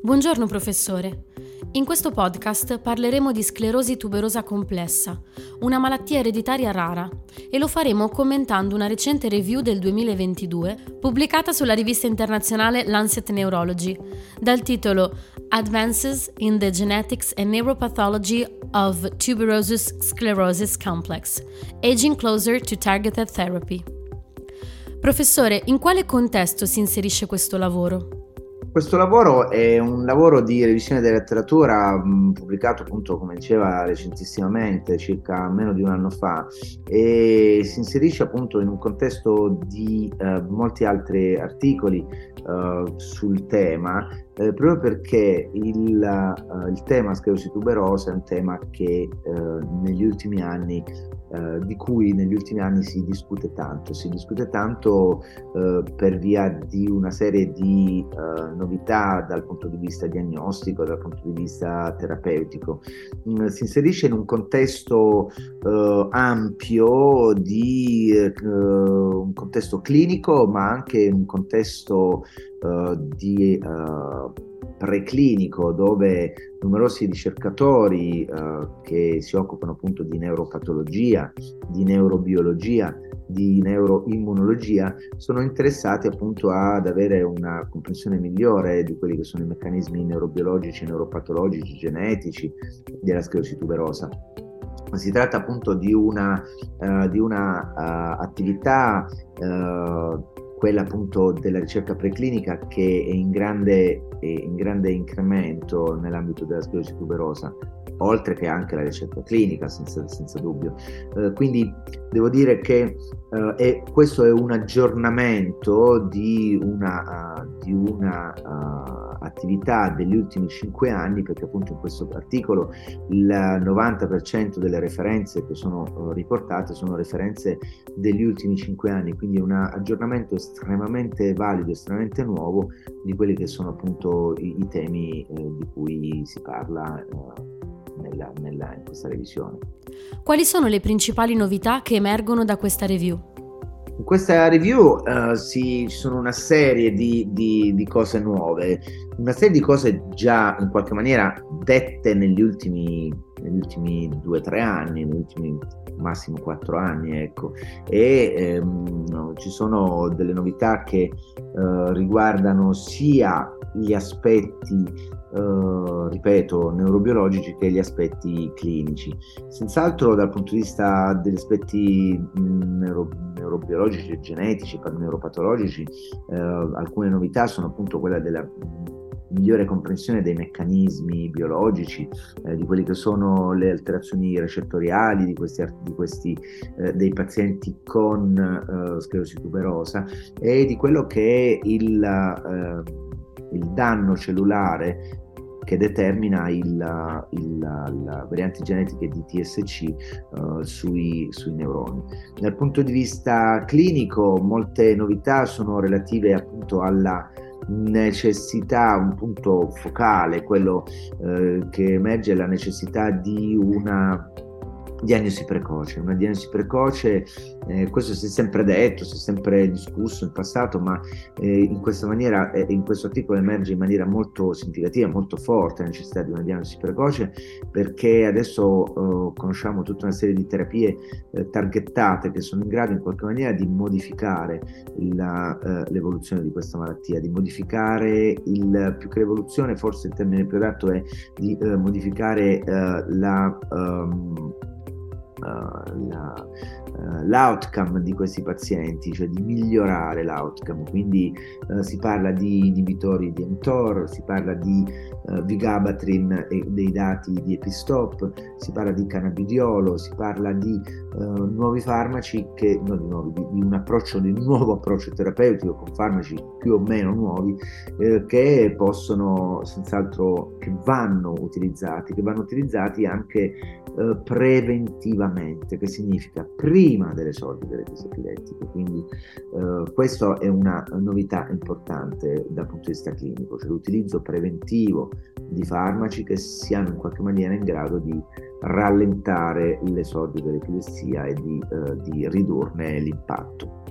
Buongiorno professore. In questo podcast parleremo di sclerosi tuberosa complessa, una malattia ereditaria rara, e lo faremo commentando una recente review del 2022 pubblicata sulla rivista internazionale Lancet Neurology, dal titolo Advances in the Genetics and Neuropathology of Tuberous Sclerosis Complex, Aging Closer to Targeted Therapy. Professore, in quale contesto si inserisce questo lavoro? Questo lavoro è un lavoro di revisione della letteratura pubblicato appunto, come diceva, recentissimamente, circa meno di un anno fa, e si inserisce appunto in un contesto di molti altri articoli sul tema, proprio perché il tema sclerosi tuberosa è un tema che negli ultimi anni di cui negli ultimi anni si discute tanto per via di una serie di novità dal punto di vista diagnostico, dal punto di vista terapeutico. Si inserisce in un contesto ampio un contesto clinico, ma anche un contesto di preclinico, dove numerosi ricercatori che si occupano appunto di neuropatologia, di neurobiologia, di neuroimmunologia sono interessati appunto ad avere una comprensione migliore di quelli che sono i meccanismi neurobiologici, neuropatologici, genetici della sclerosi tuberosa. Si tratta appunto di una attività, quella appunto della ricerca preclinica, che è in grande incremento nell'ambito della sclerosi tuberosa, oltre che anche la ricerca clinica, senza dubbio. Quindi devo dire che questo è un aggiornamento di una attività degli ultimi 5 anni, perché appunto in questo articolo il 90% delle referenze che sono riportate sono referenze degli ultimi 5 anni, quindi è un aggiornamento estremamente valido, estremamente nuovo di quelli che sono appunto i temi di cui si parla in questa revisione. Quali sono le principali novità che emergono da questa review? In questa review ci sono una serie di cose nuove, una serie di cose già in qualche maniera dette negli ultimi 2-3 anni, negli ultimi massimo 4 anni, ecco, e ci sono delle novità che riguardano sia gli aspetti ripeto, neurobiologici che gli aspetti clinici. Senz'altro dal punto di vista degli aspetti neurobiologici e genetici, neuropatologici, alcune novità sono appunto quella della migliore comprensione dei meccanismi biologici, di quelli che sono le alterazioni recettoriali dei pazienti con sclerosi tuberosa, e di quello che è il danno cellulare che determina la varianti genetiche di TSC sui neuroni. Dal punto di vista clinico, molte novità sono relative appunto alla necessità, un punto focale, quello che emerge, la necessità di una diagnosi precoce. Una diagnosi precoce, questo si è sempre detto, si è sempre discusso in passato, ma in questa maniera, in questo articolo emerge in maniera molto significativa, molto forte la necessità di una diagnosi precoce, perché adesso conosciamo tutta una serie di terapie targettate che sono in grado in qualche maniera di modificare l'evoluzione di questa malattia, di modificare più che l'evoluzione, forse il termine più adatto è di modificare l'outcome di questi pazienti, cioè di migliorare l'outcome. Quindi si parla di inibitori di mTOR, si parla di vigabatrin e dei dati di Epistop, si parla di cannabidiolo, si parla di nuovi farmaci di un nuovo approccio terapeutico con farmaci più o meno nuovi che vanno utilizzati anche preventivamente, che significa prima delle sorti delle crisi epilettiche. Quindi questa è una novità importante dal punto di vista clinico, cioè l'utilizzo preventivo di farmaci che siano in qualche maniera in grado di rallentare le sorti dell'epilessia e di ridurne l'impatto.